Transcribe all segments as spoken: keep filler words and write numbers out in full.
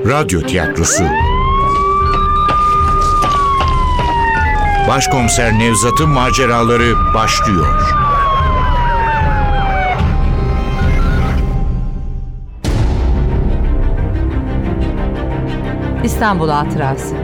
Radyo tiyatrosu. Başkomiser Nevzat'ın maceraları başlıyor. İstanbul Hatırası.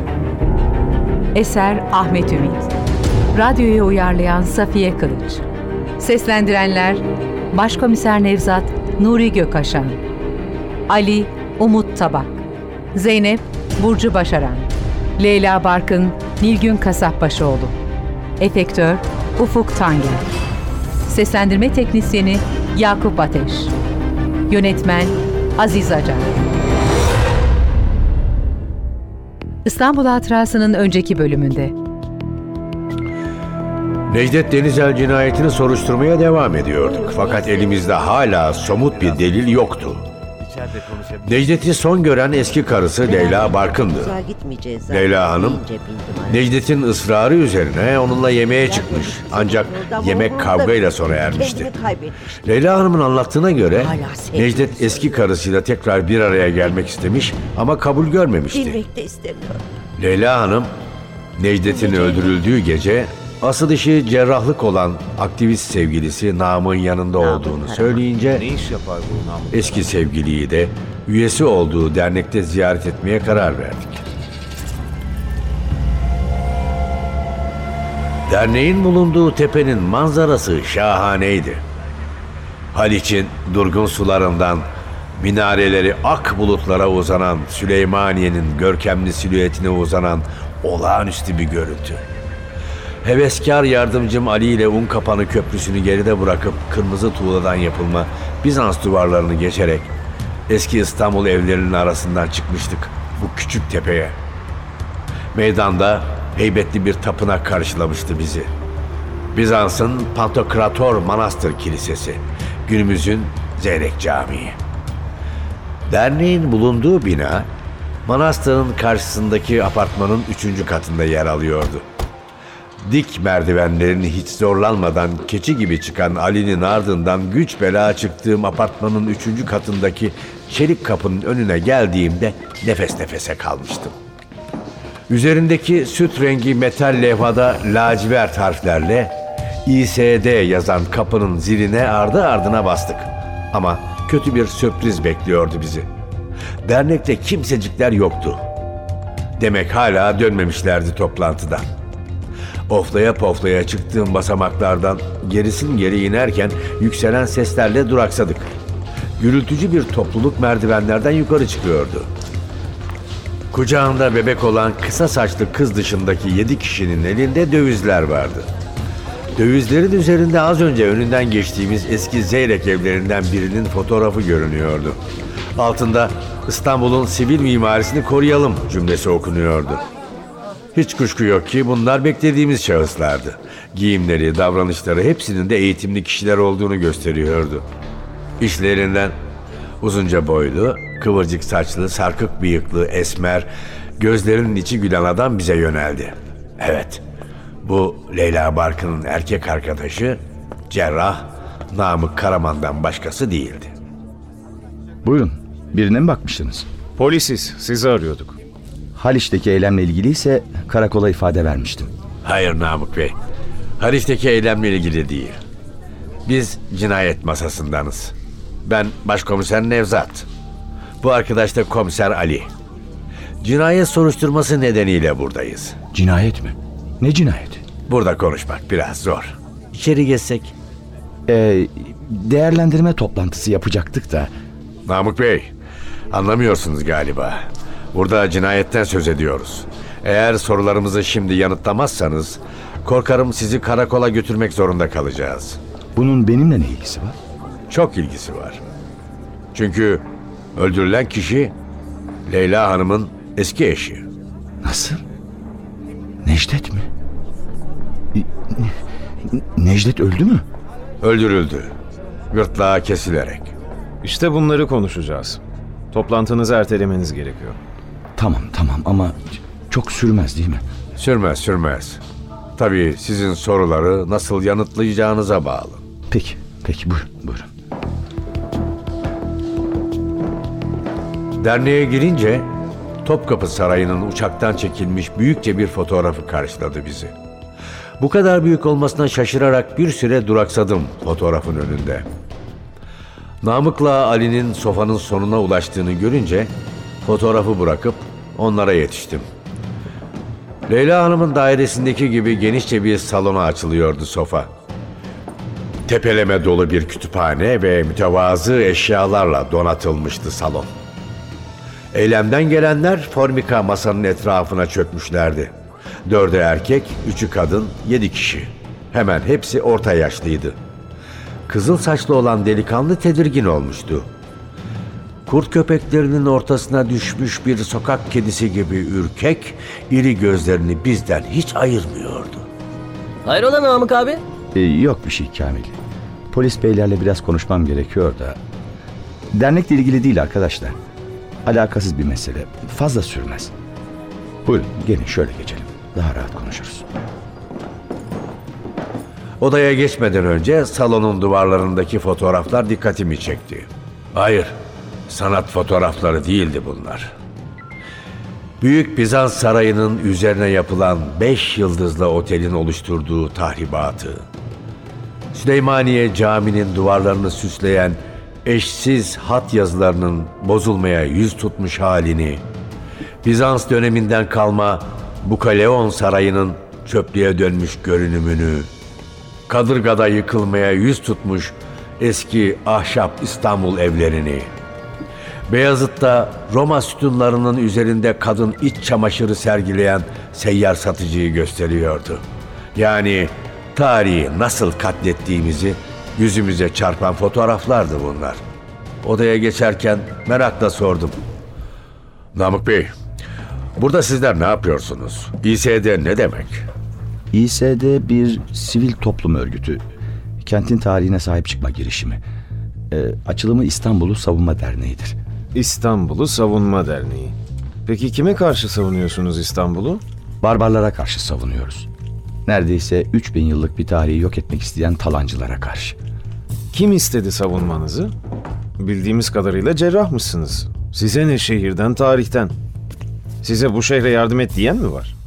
Eser Ahmet Ümit. Radyoya uyarlayan Safiye Kılıç. Seslendirenler Başkomiser Nevzat Nuri Gökaşan, Ali Umut Tabak, Zeynep Burcu Başaran, Leyla Barkın Nilgün Kasapbaşıoğlu, Efektör Ufuk Tanger, Seslendirme Teknisyeni Yakup Ateş, Yönetmen Aziz Acar. İstanbul Hatırası'nın önceki bölümünde. Necdet Denizel cinayetini soruşturmaya devam ediyorduk. Fakat elimizde hala somut bir delil yoktu. Necdet'i son gören eski karısı Leyla Barkın'dı. Leyla Hanım, Necdet'in ısrarı üzerine onunla yemeğe çıkmış. Ancak yemek kavgayla sona ermişti. Leyla Hanım'ın anlattığına göre Necdet eski karısıyla tekrar bir araya gelmek istemiş ama kabul görmemişti. Leyla Hanım, Necdet'in öldürüldüğü gece asıl işi cerrahlık olan aktivist sevgilisi Namık'ın yanında olduğunu söyleyince eski sevgiliyi de üyesi olduğu dernekte ziyaret etmeye karar verdik. Derneğin bulunduğu tepenin manzarası şahaneydi. Haliç'in durgun sularından minareleri ak bulutlara uzanan Süleymaniye'nin görkemli silüetine uzanan olağanüstü bir görüntü. Heveskar yardımcım Ali ile Unkapanı Köprüsü'nü geride bırakıp kırmızı tuğladan yapılma Bizans duvarlarını geçerek eski İstanbul evlerinin arasından çıkmıştık bu küçük tepeye. Meydanda heybetli bir tapınak karşılamıştı bizi. Bizans'ın Pantokrator Manastır Kilisesi, günümüzün Zeyrek Camii. Derneğin bulunduğu bina, manastırın karşısındaki apartmanın üçüncü katında yer alıyordu. Dik merdivenlerini hiç zorlanmadan keçi gibi çıkan Ali'nin ardından güç bela çıktığım apartmanın üçüncü katındaki çelik kapının önüne geldiğimde nefes nefese kalmıştım. Üzerindeki süt rengi metal levhada lacivert harflerle İ S D yazan kapının ziline ardı ardına bastık. Ama kötü bir sürpriz bekliyordu bizi. Dernekte kimsecikler yoktu. Demek hala dönmemişlerdi toplantıdan. Oflaya poflaya çıktığım basamaklardan gerisin geri inerken yükselen seslerle duraksadık. Gürültücü bir topluluk merdivenlerden yukarı çıkıyordu. Kucağında bebek olan kısa saçlı kız dışındaki yedi kişinin elinde dövizler vardı. Dövizlerin üzerinde az önce önünden geçtiğimiz eski Zeyrek evlerinden birinin fotoğrafı görünüyordu. Altında İstanbul'un sivil mimarisini koruyalım cümlesi okunuyordu. Hiç kuşku yok ki bunlar beklediğimiz şahıslardı. Giyimleri, davranışları hepsinin de eğitimli kişiler olduğunu gösteriyordu. İşlerinden uzunca boylu, kıvırcık saçlı, sarkık bıyıklı, esmer, gözlerinin içi gülen adam bize yöneldi. Evet, bu Leyla Barkın'ın erkek arkadaşı cerrah Namık Karaman'dan başkası değildi. Buyurun, birine mi bakmıştınız? Polisiz, sizi arıyorduk. Haliç'teki eylemle ilgili ise karakola ifade vermiştim. Hayır Namık Bey, Haliç'teki eylemle ilgili değil. Biz cinayet masasındanız. Ben Başkomiser Nevzat. Bu arkadaş da Komiser Ali. Cinayet soruşturması nedeniyle buradayız. Cinayet mi? Ne cinayeti? Burada konuşmak biraz zor. İçeri geçsek. Ee, değerlendirme toplantısı yapacaktık da. Namık Bey, anlamıyorsunuz galiba. Burada cinayetten söz ediyoruz. Eğer sorularımızı şimdi yanıtlamazsanız korkarım sizi karakola götürmek zorunda kalacağız. Bunun benimle ne ilgisi var? Çok ilgisi var. Çünkü öldürülen kişi Leyla Hanım'ın eski eşi. Nasıl? Necdet mi? Necdet öldü mü? Öldürüldü. Gırtlağı kesilerek. İşte bunları konuşacağız. Toplantınızı ertelemeniz gerekiyor. Tamam tamam ama çok sürmez değil mi? Sürmez sürmez. Tabii sizin soruları nasıl yanıtlayacağınıza bağlı. Peki, peki buyurun, buyurun. Derneğe girince Topkapı Sarayı'nın uçaktan çekilmiş büyükçe bir fotoğrafı karşıladı bizi. Bu kadar büyük olmasına şaşırarak bir süre duraksadım fotoğrafın önünde. Namık'la Ali'nin sofanın sonuna ulaştığını görünce fotoğrafı bırakıp onlara yetiştim. Leyla Hanım'ın dairesindeki gibi genişçe bir salona açılıyordu sofa. Tepeleme dolu bir kütüphane ve mütevazı eşyalarla donatılmıştı salon. Eylemden gelenler Formika masanın etrafına çökmüşlerdi. Dördü erkek, üçü kadın, yedi kişi. Hemen hepsi orta yaşlıydı. Kızıl saçlı olan delikanlı tedirgin olmuştu. Kurt köpeklerinin ortasına düşmüş bir sokak kedisi gibi ürkek, iri gözlerini bizden hiç ayırmıyordu. Hayrola Namık abi? Ee, yok bir şey Kamil. Polis beylerle biraz konuşmam gerekiyor da. Dernekle ilgili değil arkadaşlar. Alakasız bir mesele. Fazla sürmez. Buyurun gelin şöyle geçelim. Daha rahat konuşuruz. Odaya geçmeden önce salonun duvarlarındaki fotoğraflar dikkatimi çekti. Hayır, sanat fotoğrafları değildi bunlar. Büyük Bizans Sarayı'nın üzerine yapılan beş yıldızlı otelin oluşturduğu tahribatı, Süleymaniye Camii'nin duvarlarını süsleyen eşsiz hat yazılarının bozulmaya yüz tutmuş halini, Bizans döneminden kalma Bukaleon Sarayı'nın çöplüğe dönmüş görünümünü, Kadırga'da yıkılmaya yüz tutmuş eski ahşap İstanbul evlerini, Beyazıt'ta Roma sütunlarının üzerinde kadın iç çamaşırı sergileyen seyyar satıcıyı gösteriyordu. Yani tarihi nasıl katlettiğimizi yüzümüze çarpan fotoğraflardı bunlar. Odaya geçerken merakla sordum. Namık Bey, burada sizler ne yapıyorsunuz? İ S D ne demek? İ S D bir sivil toplum örgütü. Kentin tarihine sahip çıkma girişimi. Ee, açılımı İstanbul'u Savunma Derneği'dir. İstanbul'u Savunma Derneği. Peki kime karşı savunuyorsunuz İstanbul'u? Barbarlara karşı savunuyoruz. Neredeyse üç bin yıllık bir tarihi yok etmek isteyen talancılara karşı. Kim istedi savunmanızı? Bildiğimiz kadarıyla cerrahmışsınız. Size ne şehirden, tarihten? Size bu şehre yardım et diyen mi var?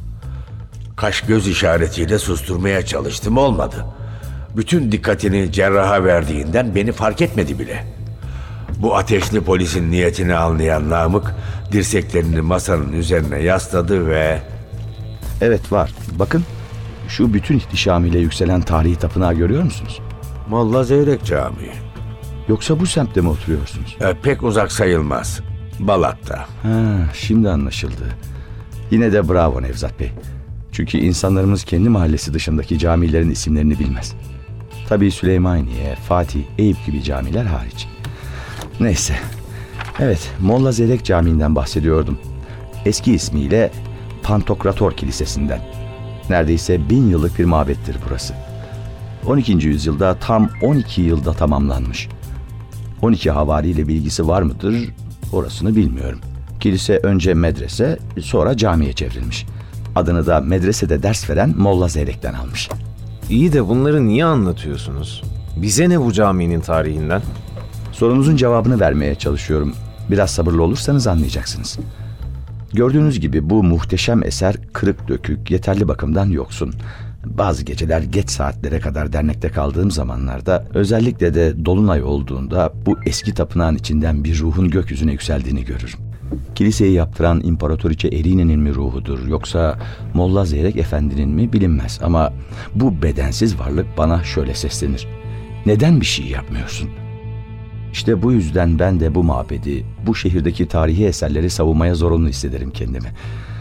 Kaş göz işaretiyle susturmaya çalıştım, olmadı. Bütün dikkatini cerraha verdiğinden beni fark etmedi bile. Bu ateşli polisin niyetini anlayan Namık dirseklerini masanın üzerine yasladı ve... Evet var. Bakın şu bütün ihtişamıyla yükselen tarihi tapınağı görüyor musunuz? Molla Zeyrek Camii. Yoksa bu semtte mi oturuyorsunuz? E, pek uzak sayılmaz. Balat'ta. Ha, şimdi anlaşıldı. Yine de bravo Nevzat Bey. Çünkü insanlarımız kendi mahallesi dışındaki camilerin isimlerini bilmez. Tabii Süleymaniye, Fatih, Eyüp gibi camiler hariç. Neyse. Evet, Molla Zeyrek Camii'nden bahsediyordum. Eski ismiyle Pantokrator Kilisesi'nden. Neredeyse bin yıllık bir mabettir burası. on ikinci yüzyılda tam on iki yılda tamamlanmış. on iki havariyle bilgisi var mıdır? Orasını bilmiyorum. Kilise önce medrese, sonra camiye çevrilmiş. Adını da medresede ders veren Molla Zeyrek'ten almış. İyi de bunları niye anlatıyorsunuz? Bize ne bu caminin tarihinden? Sorunuzun cevabını vermeye çalışıyorum. Biraz sabırlı olursanız anlayacaksınız. Gördüğünüz gibi bu muhteşem eser kırık dökük, yeterli bakımdan yoksun. Bazı geceler geç saatlere kadar dernekte kaldığım zamanlarda, özellikle de dolunay olduğunda bu eski tapınağın içinden bir ruhun gökyüzüne yükseldiğini görürüm. Kiliseyi yaptıran İmparatoriçe Erine'nin mi ruhudur yoksa Molla Zeyrek Efendi'nin mi bilinmez ama bu bedensiz varlık bana şöyle seslenir. Neden bir şey yapmıyorsun? İşte bu yüzden ben de bu mabedi, bu şehirdeki tarihi eserleri savunmaya zorunlu hissederim kendimi.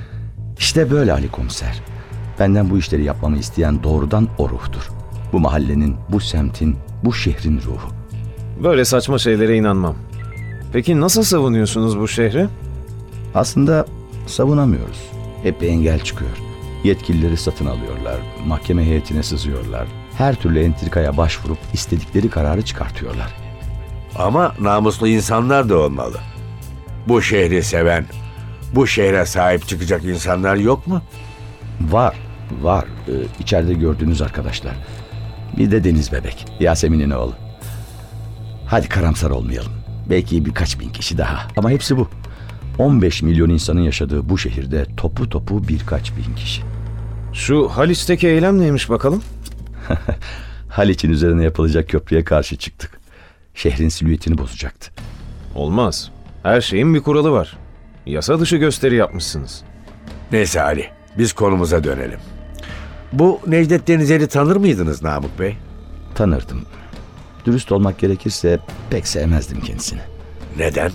İşte böyle Ali Komiser. Benden bu işleri yapmamı isteyen doğrudan o ruhtur. Bu mahallenin, bu semtin, bu şehrin ruhu. Böyle saçma şeylere inanmam. Peki nasıl savunuyorsunuz bu şehri? Aslında savunamıyoruz. Hep bir engel çıkıyor. Yetkilileri satın alıyorlar, mahkeme heyetine sızıyorlar. Her türlü entrikaya başvurup istedikleri kararı çıkartıyorlar. Ama namuslu insanlar da olmalı. Bu şehri seven, bu şehre sahip çıkacak insanlar yok mu? Var, var. Ee, içeride gördüğünüz arkadaşlar. Bir de Deniz Bebek, Yasemin'in oğlu. Hadi karamsar olmayalım. Belki birkaç bin kişi daha. Ama hepsi bu. on beş milyon insanın yaşadığı bu şehirde topu topu birkaç bin kişi. Şu Haliç'teki eylem neymiş bakalım? Haliç'in üzerine yapılacak köprüye karşı çıktık. Şehrin silüetini bozacaktı. Olmaz. Her şeyin bir kuralı var. Yasa dışı gösteri yapmışsınız. Neyse Ali, biz konumuza dönelim. Bu Necdet Denizer'i tanır mıydınız Namık Bey? Tanırdım. Dürüst olmak gerekirse pek sevmezdim kendisini. Neden?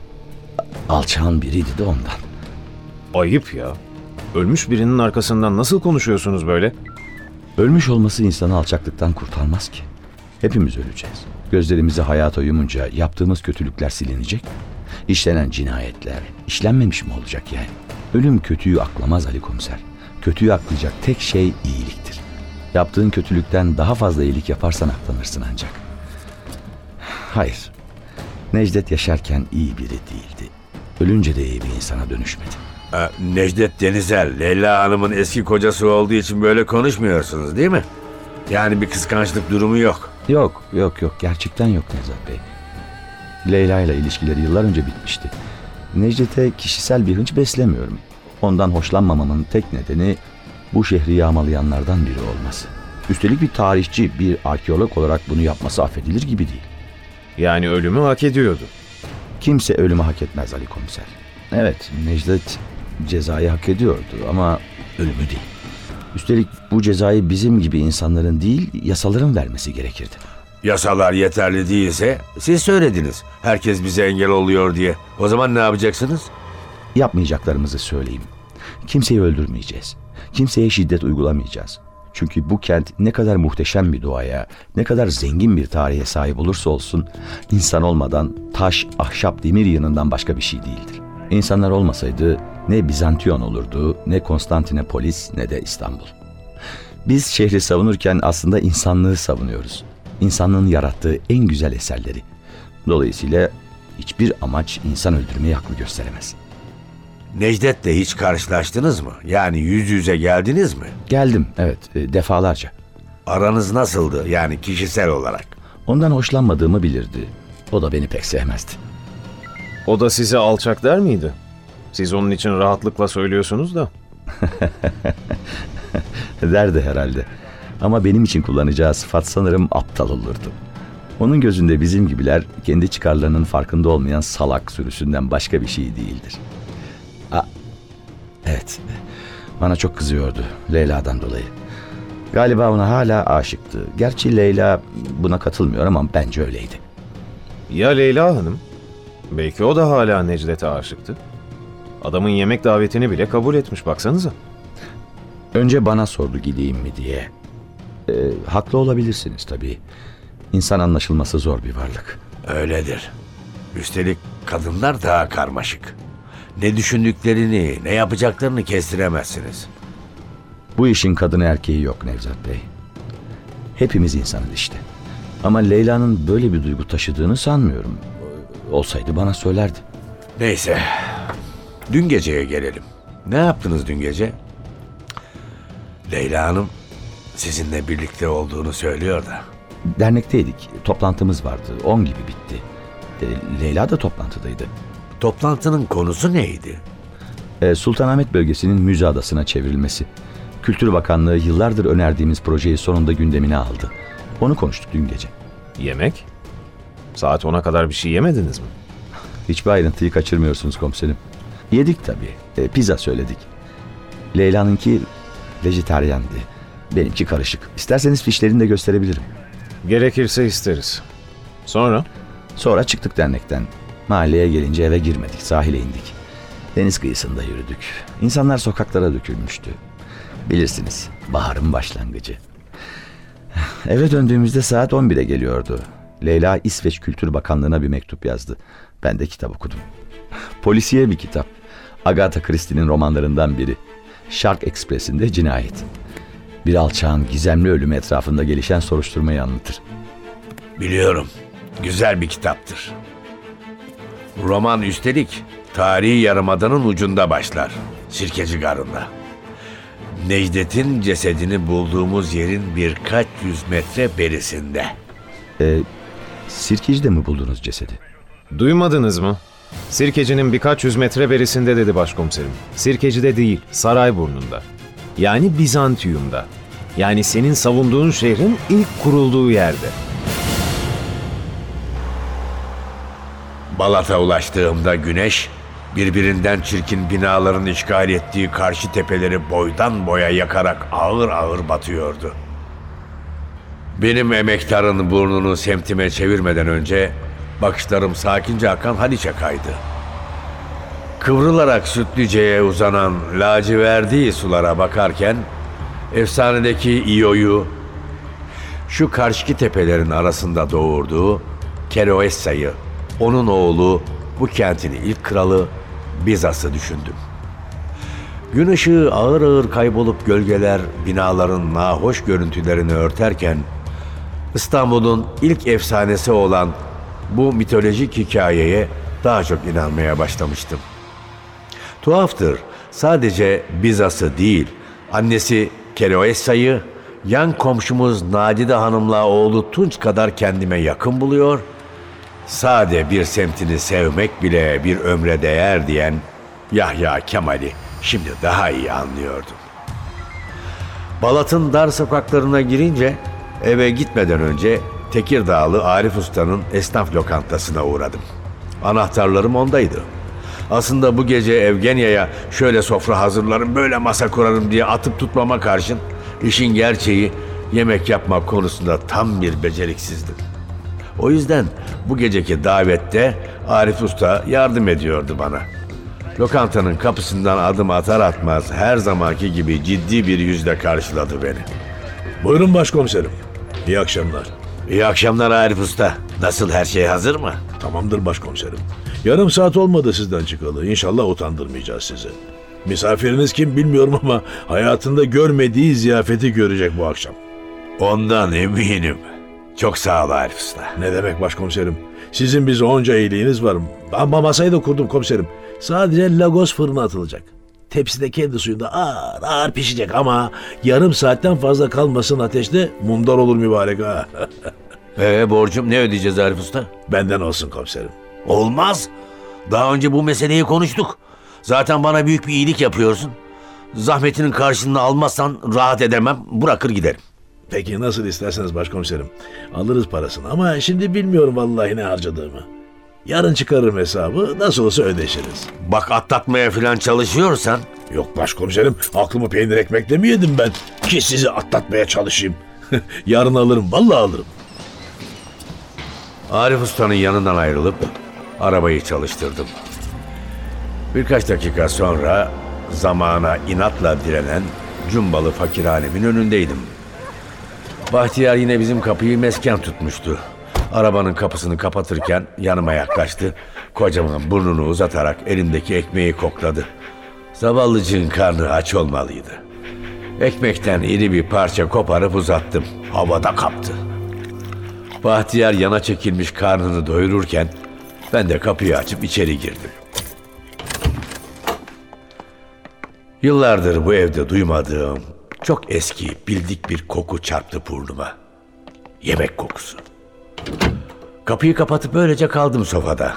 Alçağın biriydi de ondan. Ayıp ya. Ölmüş birinin arkasından nasıl konuşuyorsunuz böyle? Ölmüş olması insanı alçaklıktan kurtarmaz ki. Hepimiz öleceğiz. Gözlerimizi hayata yumunca yaptığımız kötülükler silinecek mi? İşlenen cinayetler işlenmemiş mi olacak yani? Ölüm kötüyü aklamaz Ali Komiser. Kötüyü aklayacak tek şey iyiliktir. Yaptığın kötülükten daha fazla iyilik yaparsan aklanırsın ancak. Hayır. Necdet yaşarken iyi biri değildi. Ölünce de iyi bir insana dönüşmedi. Ee, Necdet Denizer, Leyla Hanım'ın eski kocası olduğu için böyle konuşmuyorsunuz değil mi? Yani bir kıskançlık durumu yok. Yok, yok, yok. Gerçekten yok Nevzat Bey. Leyla ile ilişkileri yıllar önce bitmişti. Necdet'e kişisel bir hınç beslemiyorum. Ondan hoşlanmamamın tek nedeni bu şehri yağmalayanlardan biri olması. Üstelik bir tarihçi, bir arkeolog olarak bunu yapması affedilir gibi değil. Yani ölümü hak ediyordu. Kimse ölümü hak etmez Ali Komiser. Evet, Necdet cezayı hak ediyordu ama ölümü değil. Üstelik bu cezayı bizim gibi insanların değil, yasaların vermesi gerekirdi. Yasalar yeterli değilse siz söylediniz. Herkes bize engel oluyor diye. O zaman ne yapacaksınız? Yapmayacaklarımızı söyleyeyim. Kimseyi öldürmeyeceğiz. Kimseye şiddet uygulamayacağız. Çünkü bu kent ne kadar muhteşem bir doğaya, ne kadar zengin bir tarihe sahip olursa olsun, insan olmadan taş, ahşap, demir yığınından başka bir şey değildir. İnsanlar olmasaydı ne Bizantiyon olurdu, ne Konstantinopolis, ne de İstanbul. Biz şehri savunurken aslında insanlığı savunuyoruz. İnsanlığın yarattığı en güzel eserleri. Dolayısıyla hiçbir amaç insan öldürmeyi haklı gösteremez. Necdet'le hiç karşılaştınız mı? Yani yüz yüze geldiniz mi? Geldim, evet, e, defalarca. Aranız nasıldı yani kişisel olarak? Ondan hoşlanmadığımı bilirdi. O da beni pek sevmezdi. O da size alçak der miydi? Siz onun için rahatlıkla söylüyorsunuz da. Derdi herhalde. Ama benim için kullanacağı sıfat sanırım aptal olurdu. Onun gözünde bizim gibiler kendi çıkarlarının farkında olmayan salak sürüsünden başka bir şey değildir. Aa, evet, bana çok kızıyordu Leyla'dan dolayı. Galiba ona hala aşıktı. Gerçi Leyla buna katılmıyor ama bence öyleydi. Ya Leyla Hanım? Belki o da hala Necdet'e aşıktı. Adamın yemek davetini bile kabul etmiş baksanıza. Önce bana sordu gideyim mi diye. Ee, haklı olabilirsiniz tabii. İnsan anlaşılması zor bir varlık. Öyledir. Üstelik kadınlar daha karmaşık. Ne düşündüklerini, ne yapacaklarını kestiremezsiniz. Bu işin kadını erkeği yok Nevzat Bey. Hepimiz insanız işte. Ama Leyla'nın böyle bir duygu taşıdığını sanmıyorum. Olsaydı bana söylerdi. Neyse. Dün geceye gelelim. Ne yaptınız dün gece? Leyla Hanım sizinle birlikte olduğunu söylüyor da. Dernekteydik. Toplantımız vardı. On gibi bitti. E, Leyla da toplantıdaydı. Toplantının konusu neydi? E, Sultanahmet bölgesinin müze adasına çevrilmesi. Kültür Bakanlığı yıllardır önerdiğimiz projeyi sonunda gündemine aldı. Onu konuştuk dün gece. Yemek? Saat ona kadar bir şey yemediniz mi? Hiçbir ayrıntıyı kaçırmıyorsunuz komiserim. Yedik tabii. E, pizza söyledik. Leyla'nınki vejetaryendi. Benimki karışık. İsterseniz fişlerini de gösterebilirim. Gerekirse isteriz. Sonra? Sonra çıktık dernekten. Mahalleye gelince eve girmedik. Sahile indik. Deniz kıyısında yürüdük. İnsanlar sokaklara dökülmüştü. Bilirsiniz, baharın başlangıcı. Eve döndüğümüzde saat on bire geliyordu. Leyla İsveç Kültür Bakanlığı'na bir mektup yazdı. Ben de kitap okudum. Polisiye bir kitap. Agatha Christie'nin romanlarından biri. Shark Express'inde cinayet. Bir alçağın gizemli ölümü etrafında gelişen soruşturmayı anlatır. Biliyorum. Güzel bir kitaptır. Roman üstelik tarihi yarımadanın ucunda başlar. Sirkeci Garı'nda. Necdet'in cesedini bulduğumuz yerin birkaç yüz metre berisinde. Ee, Sirkeci'de mi buldunuz cesedi? Duymadınız mı? Sirkeci'nin birkaç yüz metre berisinde dedi başkomiserim. Sirkeci'de değil, Sarayburnu'nda. Yani Bizantium'da. Yani senin savunduğun şehrin ilk kurulduğu yerde. Balat'a ulaştığımda güneş, birbirinden çirkin binaların işgal ettiği karşı tepeleri boydan boya yakarak ağır ağır batıyordu. Benim emektarın burnunu semtime çevirmeden önce bakışlarım sakince akan Haliç'e kaydı. Kıvrılarak Sütlüce'ye uzanan laciverdi sulara bakarken efsanedeki İyo'yu, şu karşıki tepelerin arasında doğurduğu Keroessa'yı, onun oğlu, bu kentin ilk kralı Bizas'ı düşündüm. Gün ışığı ağır ağır kaybolup gölgeler binaların nahoş görüntülerini örterken İstanbul'un ilk efsanesi olan bu mitolojik hikayeye daha çok inanmaya başlamıştım. Tuhaftır, sadece Bizas'ı değil, annesi Keroessa'yı, yan komşumuz Nadide Hanım'la oğlu Tunç kadar kendime yakın buluyor, sade bir semtini sevmek bile bir ömre değer diyen Yahya Kemal'i şimdi daha iyi anlıyordum. Balat'ın dar sokaklarına girince eve gitmeden önce Tekirdağlı Arif Usta'nın esnaf lokantasına uğradım. Anahtarlarım ondaydı. Aslında bu gece Evgenya'ya şöyle sofra hazırlarım, böyle masa kurarım diye atıp tutmama karşın işin gerçeği yemek yapmak konusunda tam bir beceriksizdim. O yüzden bu geceki davette Arif Usta yardım ediyordu bana. Lokantanın kapısından adım atar atmaz her zamanki gibi ciddi bir yüzle karşıladı beni. Buyurun başkomiserim. İyi akşamlar. İyi akşamlar Arif Usta. Nasıl, her şey hazır mı? Tamamdır başkomiserim. Yarım saat olmadı sizden çıkalı. İnşallah utandırmayacağız sizi. Misafiriniz kim bilmiyorum ama hayatında görmediği ziyafeti görecek bu akşam. Ondan eminim. Çok sağ ol Arif Usta. Ne demek başkomiserim? Sizin bize onca iyiliğiniz var. Ama masayı da kurdum komiserim. Sadece Lagos fırına atılacak. Tepside kendi suyunda ağır ağır pişecek ama yarım saatten fazla kalmasın ateşte, mundar olur mübarek ha. Ee borcum ne ödeyeceğiz Arif Usta? Benden olsun komiserim. Olmaz. Daha önce bu meseleyi konuştuk. Zaten bana büyük bir iyilik yapıyorsun. Zahmetinin karşılığını almazsan rahat edemem, bırakır giderim. Peki nasıl isterseniz başkomiserim. Alırız parasını ama şimdi bilmiyorum vallahi ne harcadığımı. Yarın çıkarırım hesabı, nasıl olsa ödeşiriz. Bak atlatmaya falan çalışıyorsan... Yok başkomiserim, aklımı peynir ekmekle mi yedim ben ki sizi atlatmaya çalışayım? Yarın alırım, vallahi alırım. Arif Usta'nın yanından ayrılıp arabayı çalıştırdım. Birkaç dakika sonra zamana inatla direnen Cumbalı fakirhanemin önündeydim. Bahtiyar yine bizim kapıyı mesken tutmuştu. Arabanın kapısını kapatırken yanıma yaklaştı. Kocaman burnunu uzatarak elimdeki ekmeği kokladı. Zavallıcığın karnı aç olmalıydı. Ekmekten iri bir parça koparıp uzattım. Havada kaptı. Bahtiyar yana çekilmiş karnını doyururken ben de kapıyı açıp içeri girdim. Yıllardır bu evde duymadığım çok eski, bildik bir koku çarptı burnuma. Yemek kokusu. Kapıyı kapatıp böylece kaldım sofada.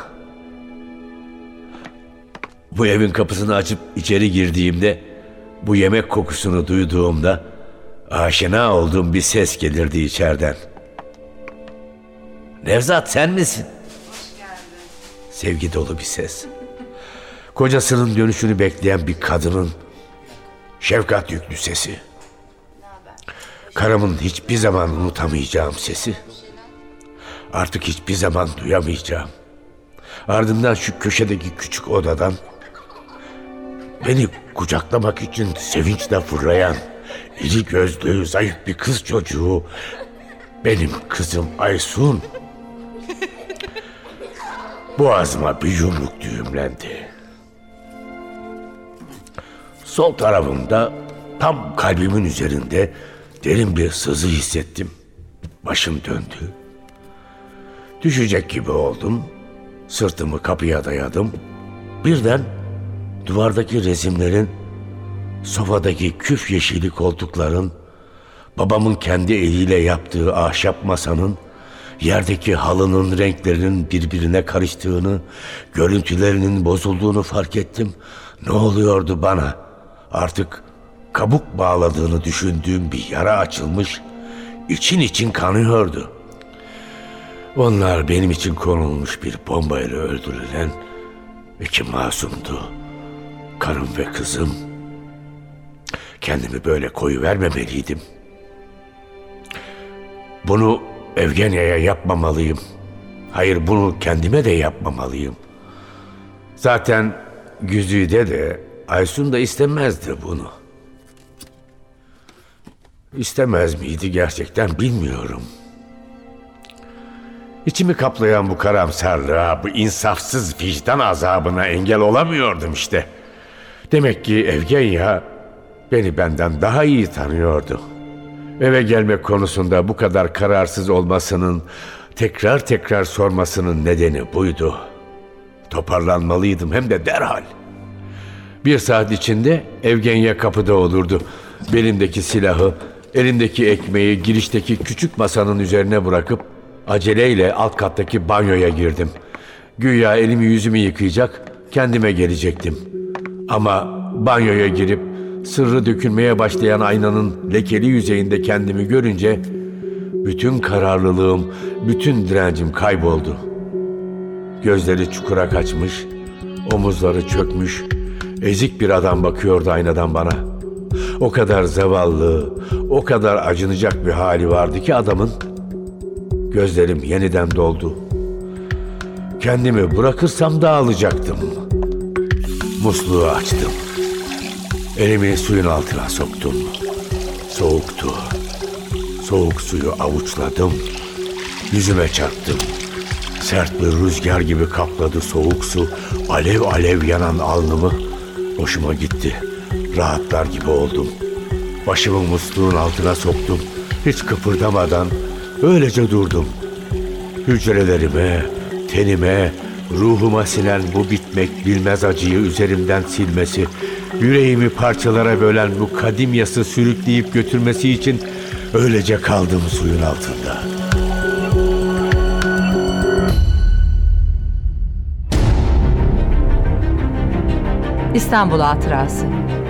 Bu evin kapısını açıp içeri girdiğimde, bu yemek kokusunu duyduğumda aşina olduğum bir ses gelirdi içeriden. Nevzat, sen misin? Hoş geldin. Sevgi dolu bir ses. Kocasının dönüşünü bekleyen bir kadının şefkat yüklü sesi. Karımın hiçbir zaman unutamayacağım sesi. Artık hiçbir zaman duyamayacağım. Ardından şu köşedeki küçük odadan beni kucaklamak için sevinçle fırlayan iri gözlü zayıf bir kız çocuğu, benim kızım Aysun. Boğazıma bir yumruk düğümlendi. Sol tarafımda, tam kalbimin üzerinde derin bir sızı hissettim. Başım döndü. Düşecek gibi oldum. Sırtımı kapıya dayadım. Birden duvardaki resimlerin, sofadaki küf yeşili koltukların, babamın kendi eliyle yaptığı ahşap masanın, Yerdeki halının renklerinin birbirine karıştığını, görüntülerinin bozulduğunu fark ettim. Ne oluyordu bana? Artık kabuk bağladığını düşündüğüm bir yara açılmış, için için kanıyordu. Onlar benim için konulmuş bir bombayla öldürülen iki masumdu. Karım ve kızım. Kendimi böyle koyuvermemeliydim. Bunu Evgenya'ya yapmamalıyım. Hayır, bunu kendime de yapmamalıyım. Zaten Güzide de Aysun da istemezdi bunu. İstemez miydi gerçekten bilmiyorum. İçimi kaplayan bu karamsarlığa, bu insafsız vicdan azabına engel olamıyordum işte. Demek ki Evgenya beni benden daha iyi tanıyordu. Eve gelmek konusunda bu kadar kararsız olmasının, tekrar tekrar sormasının nedeni buydu. Toparlanmalıydım, hem de derhal. Bir saat içinde Evgenya kapıda olurdu. Belimdeki silahı, elimdeki ekmeği girişteki küçük masanın üzerine bırakıp aceleyle alt kattaki banyoya girdim. Güya elimi yüzümü yıkayacak, kendime gelecektim. Ama banyoya girip sırrı dökülmeye başlayan aynanın lekeli yüzeyinde kendimi görünce bütün kararlılığım, bütün direncim kayboldu. Gözleri çukura kaçmış, omuzları çökmüş, ezik bir adam bakıyordu aynadan bana. O kadar zavallı, o kadar acınacak bir hali vardı ki adamın. Gözlerim yeniden doldu. Kendimi bırakırsam dağılacaktım. Musluğu açtım. Elimi suyun altına soktum. Soğuktu. Soğuk suyu avuçladım. Yüzüme çarptım. Sert bir rüzgar gibi kapladı soğuk su. Alev alev yanan alnımı. Hoşuma gitti. Rahatlar gibi oldum. Başımı musluğun altına soktum. Hiç kıpırdamadan öylece durdum. Hücrelerime, tenime, ruhuma sinen bu bitmek bilmez acıyı üzerimden silmesi, yüreğimi parçalara bölen bu kadim yası sürükleyip götürmesi için öylece kaldım suyun altında. İstanbul Hatırası.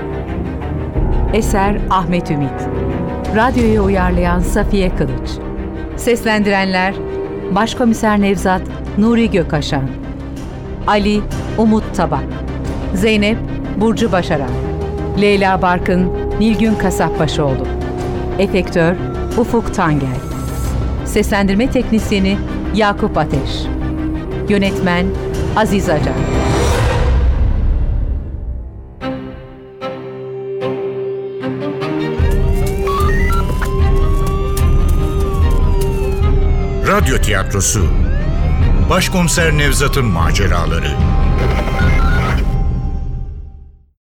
Eser Ahmet Ümit. Radyoya uyarlayan Safiye Kılıç. Seslendirenler Başkomiser Nevzat Nuri Gökaşan, Ali Umut Tabak, Zeynep Burcu Başaran, Leyla Barkın Nilgün Kasapbaşıoğlu, Efektör Ufuk Tangel, Seslendirme Teknisyeni Yakup Ateş, Yönetmen Aziz Acar. Radyo tiyatrosu Başkomiser Nevzat'ın maceraları.